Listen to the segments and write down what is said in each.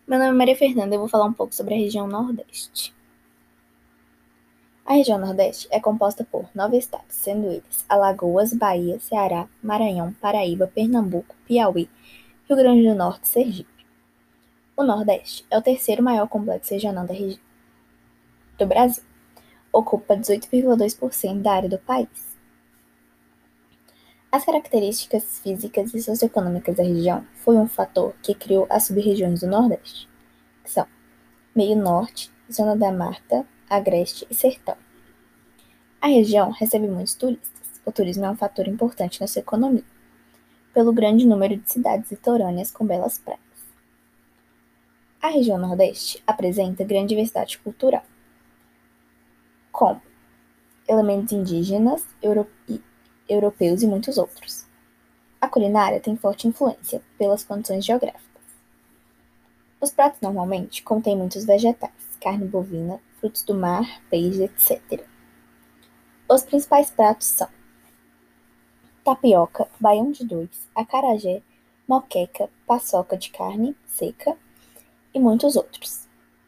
Meu nome é Maria Fernanda e eu vou falar um pouco sobre a região Nordeste. A região Nordeste é composta por 9 estados, sendo eles Alagoas, Bahia, Ceará, Maranhão, Paraíba, Pernambuco, Piauí, Rio Grande do Norte e Sergipe. O Nordeste é o terceiro maior complexo regional do Brasil. Ocupa 18,2% da área do país. As características físicas e socioeconômicas da região foi um fator que criou as sub-regiões do Nordeste, que são Meio Norte, Zona da Mata, Agreste e Sertão. A região recebe muitos turistas. O turismo é um fator importante na sua economia, pelo grande número de cidades litorâneas com belas praias. A região Nordeste apresenta grande diversidade cultural, com elementos indígenas, europeus e muitos outros. A culinária tem forte influência pelas condições geográficas. Os pratos normalmente contêm muitos vegetais, carne bovina, frutos do mar, peixe, etc. Os principais pratos são tapioca, baião de dois, acarajé, moqueca, paçoca de carne seca e muitos outros.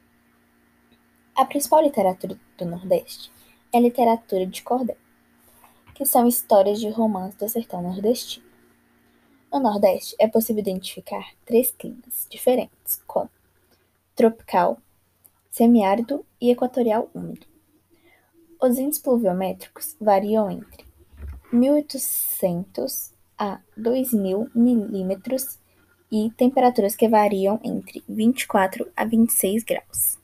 A principal literatura do Nordeste é a literatura de cordel, que são histórias de romance do sertão nordestino. No Nordeste é possível identificar 3 climas diferentes, como tropical, semiárido e equatorial úmido. Os índices pluviométricos variam entre 1.800 a 2.000 milímetros e temperaturas que variam entre 24 a 26 graus.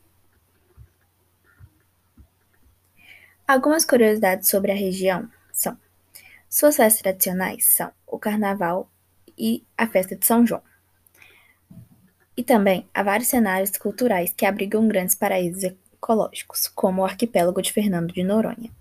Algumas curiosidades sobre a região são: suas festas tradicionais são o Carnaval e a Festa de São João. E também há vários cenários culturais que abrigam grandes paraísos ecológicos, como o arquipélago de Fernando de Noronha.